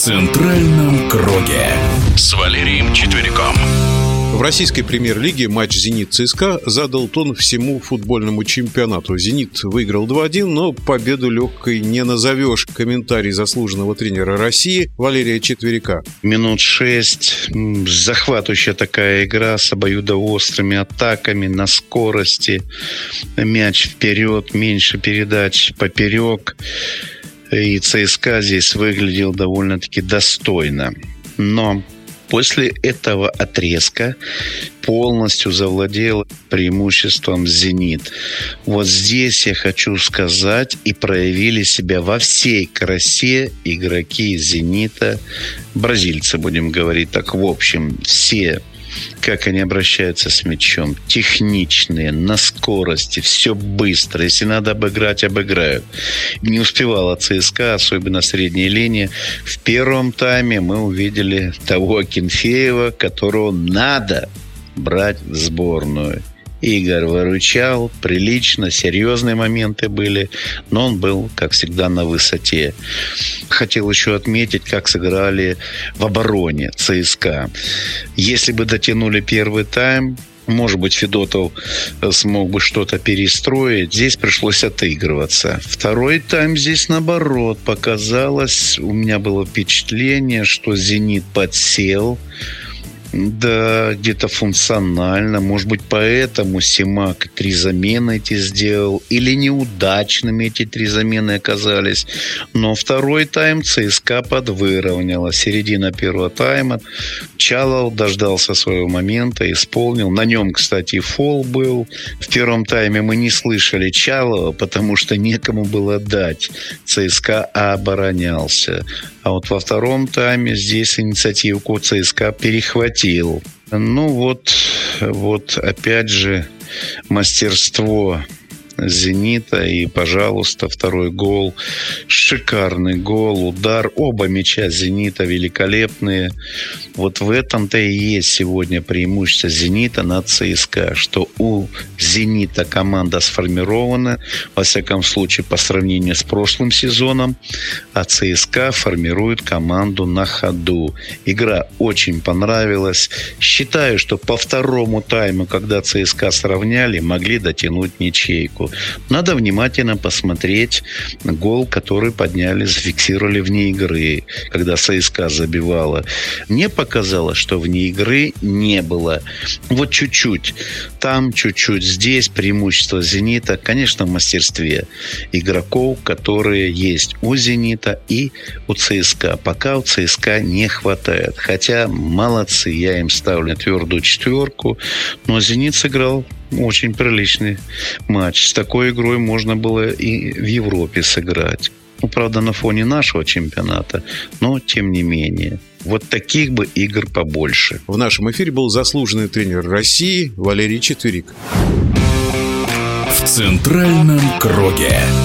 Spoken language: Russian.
центральном круге с Валерием Четвериком. В российской премьер-лиге матч «Зенит-ЦСКА» задал тон всему футбольному чемпионату. «Зенит» выиграл 2-1, но победу легкой не назовешь. Комментарий заслуженного тренера России Валерия Четверика. Минут 6. Захватывающая такая игра с обоюдоострыми атаками на скорости. Мяч вперед, меньше передач поперек. И ЦСКА здесь выглядел довольно-таки достойно. Но после этого отрезка полностью завладел преимуществом «Зенит». Вот здесь я хочу сказать, и проявили себя во всей красе игроки «Зенита». Бразильцы, будем говорить так, в общем, все, как они обращаются с мячом. Техничные, на скорости, все быстро. Если надо обыграть, обыграют. Не успевала ЦСКА, особенно средняя линия. В первом тайме мы увидели того Акинфеева, которого надо брать в сборную. Игорь выручал, прилично, серьезные моменты были, но он был, как всегда, на высоте. Хотел еще отметить, как сыграли в обороне ЦСКА. Если бы дотянули первый тайм, может быть, Федотов смог бы что-то перестроить. Здесь пришлось отыгрываться. Второй тайм здесь, наоборот, показалось, у меня было впечатление, что «Зенит» подсел. Да, где-то функционально. Может быть, поэтому Симак 3 замены эти сделал. Или неудачными эти 3 замены оказались. Но второй тайм ЦСКА подвыровняла. Середина первого тайма. Чалов дождался своего момента, исполнил. На нем, кстати, фол был. В первом тайме мы не слышали Чалова, потому что некому было дать. ЦСКА оборонялся. А вот во втором тайме здесь инициативку ЦСКА перехватил. Ну вот опять же мастерство «Зенита». И, пожалуйста, второй гол. Шикарный гол, удар. Оба мяча «Зенита» великолепные. Вот в этом-то и есть сегодня преимущество «Зенита» над ЦСКА. Что у «Зенита» команда сформирована, во всяком случае, по сравнению с прошлым сезоном. А ЦСКА формирует команду на ходу. Игра очень понравилась. Считаю, что по второму тайму, когда ЦСКА сравняли, могли дотянуть ничейку. Надо внимательно посмотреть гол, который подняли, зафиксировали вне игры, когда ЦСКА забивала. Мне показалось, что вне игры не было. Вот чуть-чуть там, чуть-чуть здесь преимущество «Зенита», конечно, в мастерстве игроков, которые есть у «Зенита» и у ЦСКА. Пока у ЦСКА не хватает. Хотя молодцы, я им ставлю твердую 4. Но «Зенит» сыграл очень приличный матч. С такой игрой можно было и в Европе сыграть. Ну, правда, на фоне нашего чемпионата, но тем не менее. Вот таких бы игр побольше. В нашем эфире был заслуженный тренер России Валерий Четверик. В центральном круге.